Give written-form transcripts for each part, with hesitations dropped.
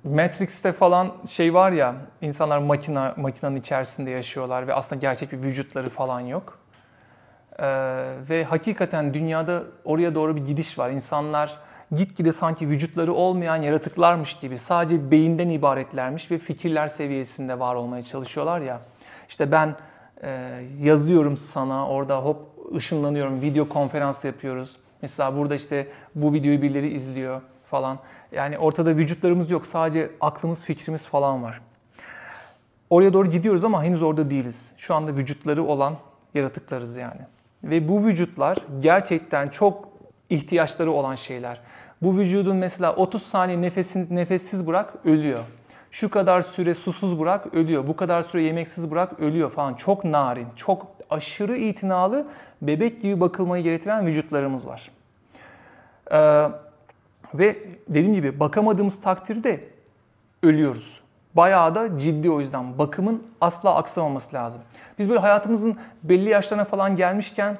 Matrix'te falan şey var ya, insanlar makinenin içerisinde yaşıyorlar ve aslında gerçek bir vücutları falan yok. Ve hakikaten dünyada oraya doğru bir gidiş var. İnsanlar gitgide sanki vücutları olmayan yaratıklarmış gibi sadece beyinden ibaretlermiş ve fikirler seviyesinde var olmaya çalışıyorlar ya. İşte ben yazıyorum sana, orada hop ışınlanıyorum, video konferans yapıyoruz. Mesela burada işte bu videoyu birileri izliyor falan. Yani ortada vücutlarımız yok, sadece aklımız, fikrimiz falan var. Oraya doğru gidiyoruz ama henüz orada değiliz. Şu anda vücutları olan yaratıklarız yani. Ve bu vücutlar gerçekten çok ihtiyaçları olan şeyler. Bu vücudun mesela 30 saniye nefessiz bırak, ölüyor. Şu kadar süre susuz bırak, ölüyor. Bu kadar süre yemeksiz bırak, ölüyor falan. Çok narin, çok aşırı itinalı, bebek gibi bakılmayı gerektiren vücutlarımız var. Ee, Ve dediğim gibi bakamadığımız takdirde ölüyoruz. Bayağı da ciddi, o yüzden bakımın asla aksamaması lazım. Biz böyle hayatımızın belli yaşlarına falan gelmişken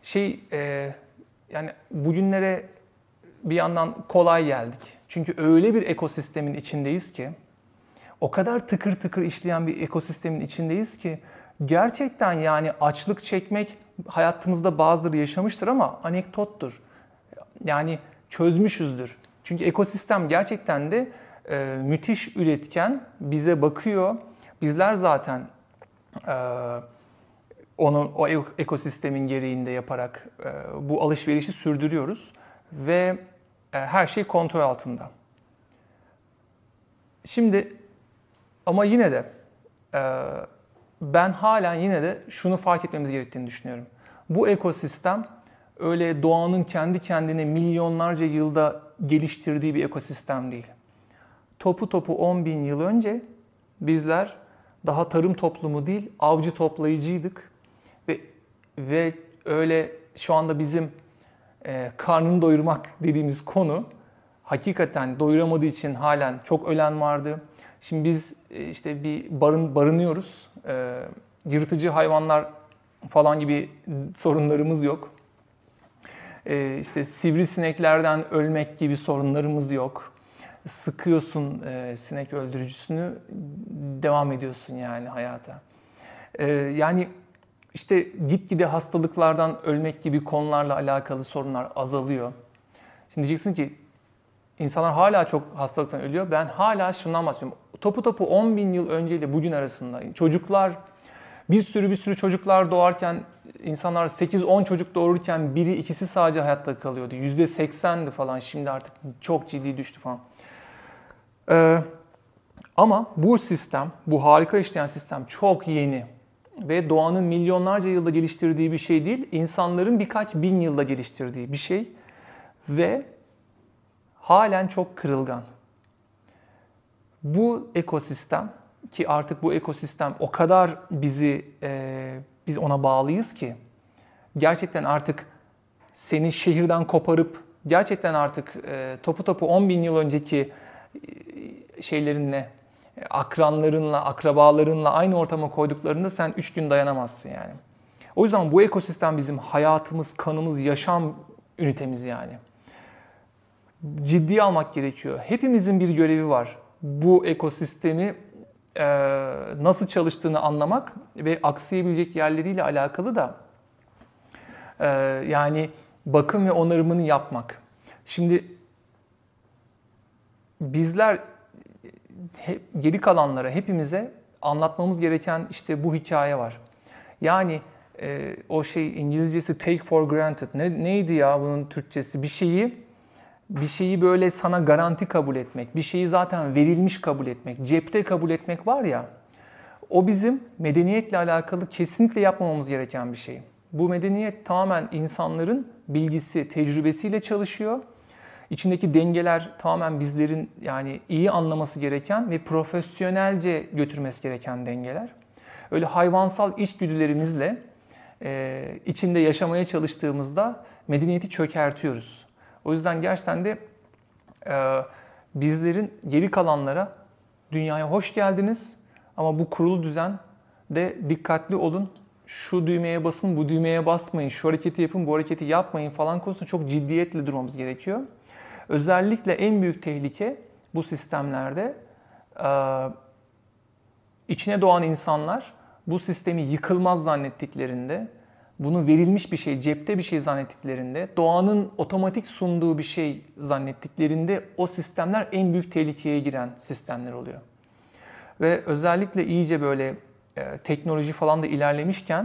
yani bugünlere bir yandan kolay geldik. Çünkü öyle bir ekosistemin içindeyiz ki, o kadar tıkır tıkır işleyen bir ekosistemin içindeyiz ki gerçekten yani açlık çekmek hayatımızda bazıları yaşamıştır ama anekdottur. Yani çözmüşüzdür. Çünkü ekosistem gerçekten de müthiş üretken, bize bakıyor. Bizler zaten e, o ekosistemin gereğinde yaparak bu alışverişi sürdürüyoruz ve her şey kontrol altında. Şimdi ama yine de e, ben halen yine de şunu fark etmemiz gerektiğini düşünüyorum. Bu ekosistem öyle doğanın kendi kendine milyonlarca yılda geliştirdiği bir ekosistem değil. Topu topu 10 bin yıl önce bizler daha tarım toplumu değil, avcı toplayıcıydık. Ve öyle şu anda bizim karnını doyurmak dediğimiz konu hakikaten doyuramadığı için halen çok ölen vardı. Şimdi biz işte bir barınıyoruz. Yırtıcı hayvanlar falan gibi sorunlarımız yok. İşte sivrisineklerden ölmek gibi sorunlarımız yok. Sıkıyorsun sinek öldürücüsünü, devam ediyorsun yani hayata. Yani işte gitgide hastalıklardan ölmek gibi konularla alakalı sorunlar azalıyor. Şimdi diyeceksin ki insanlar hala çok hastalıktan ölüyor. Ben hala şundan bahsediyorum. Topu topu 10 bin yıl önceyle bugün arasında çocuklar, bir sürü çocuklar doğarken, insanlar 8-10 çocuk doğururken biri ikisi sadece hayatta kalıyordu. %80'di falan, şimdi artık çok ciddi düştü falan. Ama bu sistem, bu harika işleyen sistem çok yeni. Ve doğanın milyonlarca yılda geliştirdiği bir şey değil, insanların birkaç bin yılda geliştirdiği bir şey. Ve halen çok kırılgan. Bu ekosistem, ki artık bu ekosistem o kadar biz ona bağlıyız ki, gerçekten artık seni şehirden koparıp, gerçekten artık topu topu 10 bin yıl önceki şeylerinle, akranlarınla, akrabalarınla aynı ortama koyduklarında sen 3 gün dayanamazsın yani. O yüzden bu ekosistem bizim hayatımız, kanımız, yaşam ünitemiz yani. Ciddiye almak gerekiyor. Hepimizin bir görevi var. Bu ekosistemi nasıl çalıştığını anlamak ve aksayabilecek yerleriyle alakalı da yani bakım ve onarımını yapmak. Şimdi bizler geri kalanlara, hepimize anlatmamız gereken işte bu hikaye var. Yani o şey İngilizcesi take for granted. Neydi ya bunun Türkçesi? Bir şeyi böyle sana garanti kabul etmek, bir şeyi zaten verilmiş kabul etmek, cepte kabul etmek var ya, o bizim medeniyetle alakalı kesinlikle yapmamamız gereken bir şey. Bu medeniyet tamamen insanların bilgisi, tecrübesiyle çalışıyor. İçindeki dengeler tamamen bizlerin yani iyi anlaması gereken ve profesyonelce götürmesi gereken dengeler. Öyle hayvansal içgüdülerimizle içinde yaşamaya çalıştığımızda medeniyeti çökertiyoruz. O yüzden gerçekten de bizlerin geri kalanlara dünyaya hoş geldiniz ama bu kurulu düzen de dikkatli olun. Şu düğmeye basın, bu düğmeye basmayın, şu hareketi yapın, bu hareketi yapmayın falan konusunda çok ciddiyetle durmamız gerekiyor. Özellikle en büyük tehlike bu sistemlerde içine doğan insanlar bu sistemi yıkılmaz zannettiklerinde, bunu verilmiş bir şey, cepte bir şey zannettiklerinde, doğanın otomatik sunduğu bir şey zannettiklerinde o sistemler en büyük tehlikeye giren sistemler oluyor. Ve özellikle iyice böyle teknoloji falan da ilerlemişken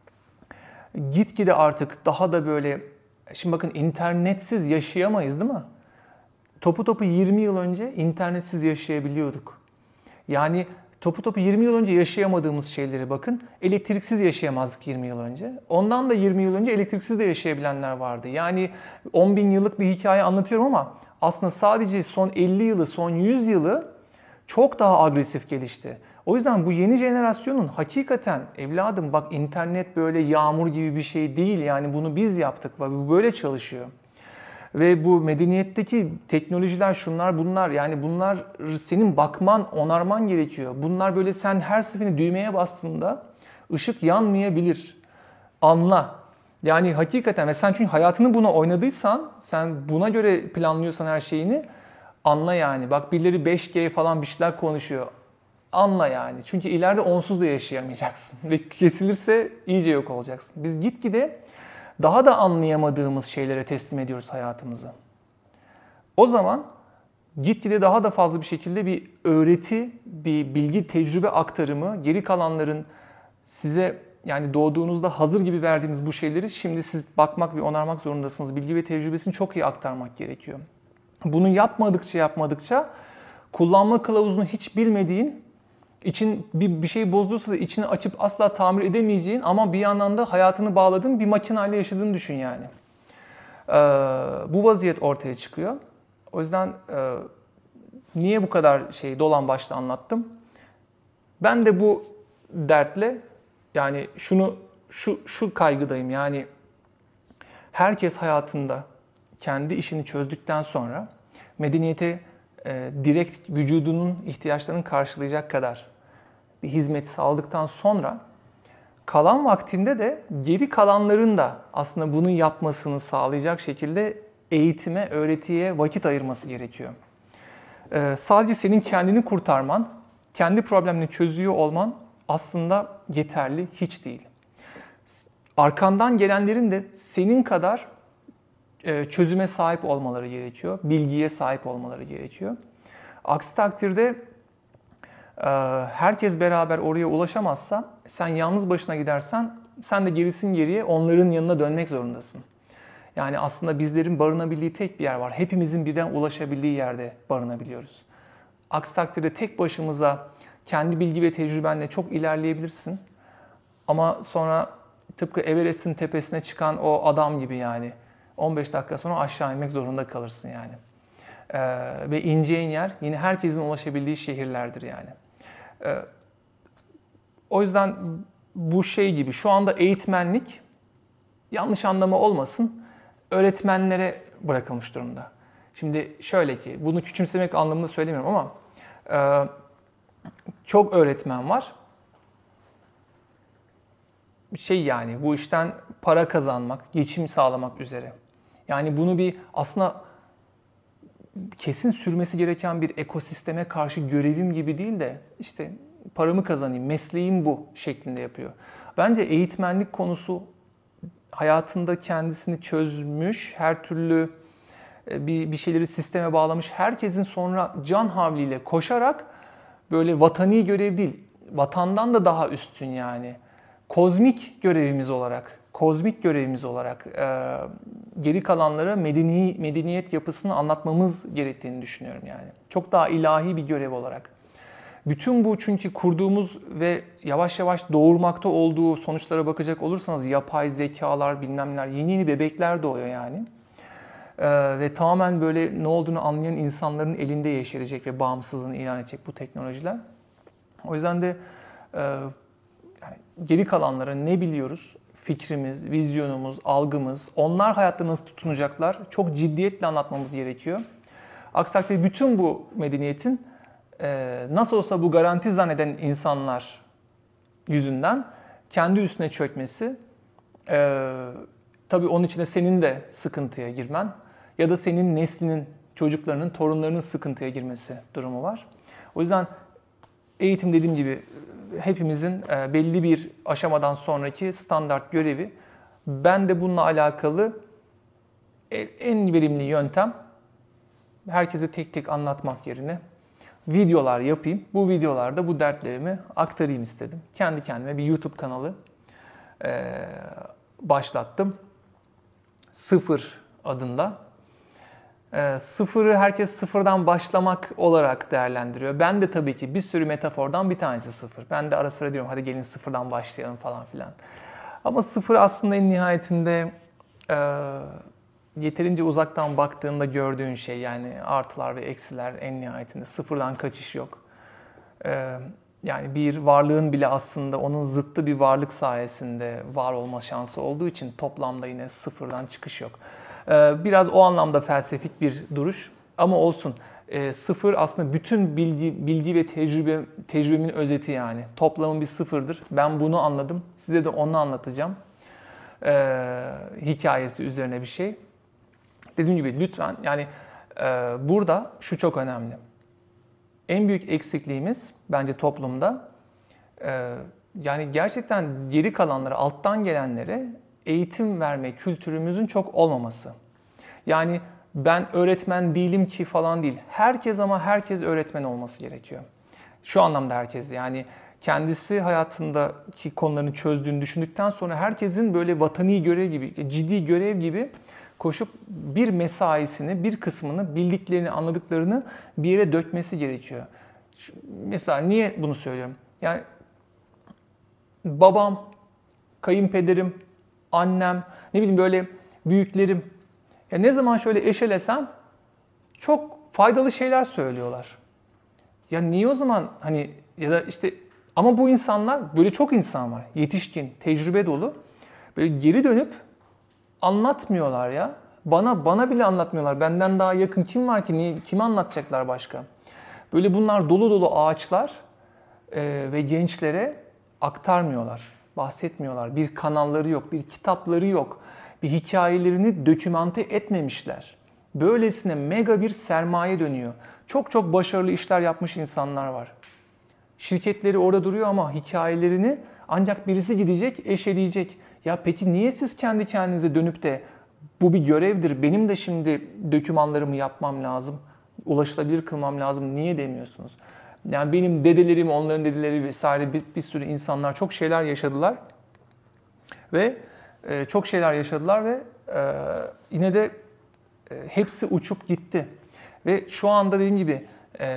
gitgide artık daha da böyle, şimdi bakın internetsiz yaşayamayız değil mi? Topu 20 yıl önce internetsiz yaşayabiliyorduk. Yani topu 20 yıl önce yaşayamadığımız şeyleri bakın. Elektriksiz yaşayamazdık 20 yıl önce. Ondan da 20 yıl önce elektriksiz de yaşayabilenler vardı. Yani 10 bin yıllık bir hikaye anlatıyorum ama aslında sadece son 50 yılı, son 100 yılı çok daha agresif gelişti. O yüzden bu yeni jenerasyonun hakikaten evladım bak internet böyle yağmur gibi bir şey değil. Yani bunu biz yaptık. Bak bu böyle çalışıyor. Ve bu medeniyetteki teknolojiler şunlar bunlar yani bunlar senin bakman, onarman gerekiyor. Bunlar böyle sen her seferinde düğmeye bastığında ışık yanmayabilir. Anla. Yani hakikaten ve sen çünkü hayatını buna oynadıysan, sen buna göre planlıyorsan her şeyini anla yani. Bak birileri 5G falan bir şeyler konuşuyor. Anla yani. Çünkü ileride onsuz da yaşayamayacaksın. Ve kesilirse iyice yok olacaksın. Biz gitgide daha da anlayamadığımız şeylere teslim ediyoruz hayatımızı. O zaman gitgide daha da fazla bir şekilde bir öğreti, bir bilgi, tecrübe aktarımı, geri kalanların size yani doğduğunuzda hazır gibi verdiğimiz bu şeyleri şimdi siz bakmak ve onarmak zorundasınız. Bilgi ve tecrübesini çok iyi aktarmak gerekiyor. Bunu yapmadıkça kullanma kılavuzunu hiç bilmediğin, için bir şey bozduysa da içini açıp asla tamir edemeyeceğin ama bir yandan da hayatını bağladığın bir makinayla yaşadığını düşün yani. Bu vaziyet ortaya çıkıyor. O yüzden niye bu kadar dolan başlı anlattım? Ben de bu dertle yani şu kaygıdayım yani herkes hayatında kendi işini çözdükten sonra medeniyete direkt vücudunun ihtiyaçlarını karşılayacak kadar bir hizmet sağladıktan sonra kalan vaktinde de geri kalanların da aslında bunu yapmasını sağlayacak şekilde eğitime, öğretiye vakit ayırması gerekiyor. Sadece senin kendini kurtarman, kendi problemini çözüyor olman aslında yeterli hiç değil. Arkandan gelenlerin de senin kadar çözüme sahip olmaları gerekiyor, bilgiye sahip olmaları gerekiyor. Aksi takdirde herkes beraber oraya ulaşamazsa, sen yalnız başına gidersen, sen de gerisin geriye onların yanına dönmek zorundasın. Yani aslında bizlerin barınabildiği tek bir yer var. Hepimizin birden ulaşabildiği yerde barınabiliyoruz. Aksi takdirde tek başımıza kendi bilgi ve tecrübenle çok ilerleyebilirsin. Ama sonra tıpkı Everest'in tepesine çıkan o adam gibi yani 15 dakika sonra aşağı inmek zorunda kalırsın yani. Ve ineceğin yer yine herkesin ulaşabildiği şehirlerdir yani. O yüzden bu şey gibi şu anda eğitmenlik yanlış anlama olmasın öğretmenlere bırakılmış durumda. Şimdi şöyle ki bunu küçümsemek anlamında söylemiyorum ama çok öğretmen var. Yani bu işten para kazanmak, geçim sağlamak üzere. Yani bunu bir aslında kesin sürmesi gereken bir ekosisteme karşı görevim gibi değil de işte paramı kazanayım, mesleğim bu şeklinde yapıyor. Bence eğitmenlik konusu hayatında kendisini çözmüş, her türlü bir şeyleri sisteme bağlamış, herkesin sonra can havliyle koşarak böyle vatani görev değil, vatandan da daha üstün yani. Kozmik görevimiz olarak geri kalanlara medeniyet yapısını anlatmamız gerektiğini düşünüyorum yani. Çok daha ilahi bir görev olarak. Bütün bu çünkü kurduğumuz ve yavaş yavaş doğurmakta olduğu sonuçlara bakacak olursanız yapay zekalar bilmem neler yeni bebekler doğuyor yani. Ve tamamen böyle ne olduğunu anlayan insanların elinde yeşerecek ve bağımsızlığını ilan edecek bu teknolojiler. O yüzden de yani geri kalanlara ne biliyoruz? Fikrimiz, vizyonumuz, algımız, onlar hayatta nasıl tutunacaklar? Çok ciddiyetle anlatmamız gerekiyor. Aksi takdirde bütün bu medeniyetin nasıl olsa bu garanti zanneden insanlar yüzünden kendi üstüne çökmesi, tabii onun için de senin de sıkıntıya girmen ya da senin neslinin, çocuklarının, torunlarının sıkıntıya girmesi durumu var. O yüzden eğitim dediğim gibi hepimizin belli bir aşamadan sonraki standart görevi. Ben de bununla alakalı en verimli yöntem herkese tek tek anlatmak yerine videolar yapayım. Bu videolarda bu dertlerimi aktarayım istedim. Kendi kendime bir YouTube kanalı başlattım. Sıfır adında. Sıfırı herkes sıfırdan başlamak olarak değerlendiriyor. Ben de tabii ki bir sürü metafordan bir tanesi sıfır. Ben de ara sıra diyorum hadi gelin sıfırdan başlayalım falan filan. Ama sıfır aslında en nihayetinde yeterince uzaktan baktığında gördüğün şey, yani artılar ve eksiler, en nihayetinde sıfırdan kaçış yok. Yani bir varlığın bile aslında onun zıttı bir varlık sayesinde var olma şansı olduğu için toplamda yine sıfırdan çıkış yok. Biraz o anlamda felsefik bir duruş ama olsun. Sıfır aslında bütün bilgi ve tecrübemin özeti yani. Toplamın bir sıfırdır. Ben bunu anladım. Size de onu anlatacağım. Hikayesi üzerine bir şey. Dediğim gibi lütfen yani burada şu çok önemli. En büyük eksikliğimiz bence toplumda yani gerçekten geri kalanlara, alttan gelenlere eğitim verme kültürümüzün çok olmaması. Yani ben öğretmen değilim ki falan değil. Herkes ama herkes öğretmen olması gerekiyor. Şu anlamda herkes, yani kendisi hayatındaki konularını çözdüğünü düşündükten sonra herkesin böyle vatani görev gibi, ciddi görev gibi koşup bir mesaisini, bir kısmını, bildiklerini, anladıklarını bir yere dökmesi gerekiyor. Mesela niye bunu söylüyorum? Yani babam, kayınpederim, annem, ne bileyim böyle büyüklerim, ya ne zaman şöyle eşelesem çok faydalı şeyler söylüyorlar. Ya niye o zaman hani, ya da işte, ama bu insanlar, böyle çok insan var. Yetişkin, tecrübe dolu. Böyle geri dönüp anlatmıyorlar ya. Bana bile anlatmıyorlar. Benden daha yakın kim var ki? Niye, kime anlatacaklar başka? Böyle bunlar dolu dolu ağaçlar ve gençlere aktarmıyorlar. Bahsetmiyorlar. Bir kanalları yok, bir kitapları yok. Bir hikayelerini dokümante etmemişler. Böylesine mega bir sermaye dönüyor. Çok çok başarılı işler yapmış insanlar var. Şirketleri orada duruyor ama hikayelerini ancak birisi gidecek, eşeleyecek. Ya peki niye siz kendi kendinize dönüp de bu bir görevdir, benim de şimdi dokümanlarımı yapmam lazım, ulaşılabilir kılmam lazım, niye demiyorsunuz? Yani benim dedelerim, onların dedeleri vesaire bir sürü insanlar çok şeyler yaşadılar ve çok şeyler yaşadılar ve yine de hepsi uçup gitti. Ve şu anda dediğim gibi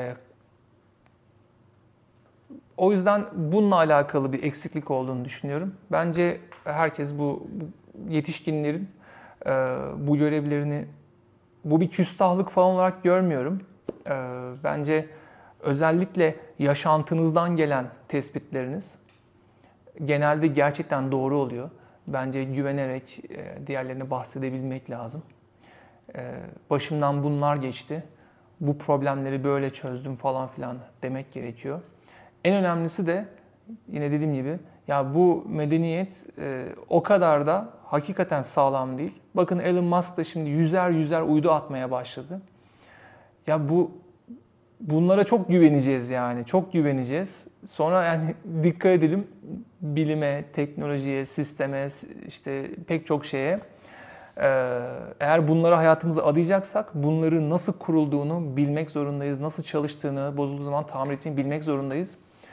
o yüzden bununla alakalı bir eksiklik olduğunu düşünüyorum. Bence herkes bu yetişkinlerin bu görevlerini, bu bir küstahlık falan olarak görmüyorum. Bence özellikle yaşantınızdan gelen tespitleriniz genelde gerçekten doğru oluyor. Bence güvenerek diğerlerine bahsedebilmek lazım. Başımdan bunlar geçti, bu problemleri böyle çözdüm falan filan demek gerekiyor. En önemlisi de yine dediğim gibi, ya bu medeniyet o kadar da hakikaten sağlam değil. Bakın Elon Musk da şimdi yüzer uydu atmaya başladı. Ya bunlara çok güveneceğiz yani. Çok güveneceğiz. Sonra yani dikkat edelim bilime, teknolojiye, sisteme, işte pek çok şeye. Eğer bunlara hayatımıza adayacaksak bunları nasıl kurulduğunu bilmek zorundayız. Nasıl çalıştığını, bozulduğu zaman tamir ettiğini bilmek zorundayız.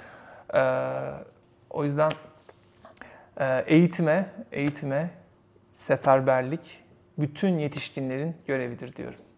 O yüzden eğitime seferberlik bütün yetişkinlerin görevidir diyorum.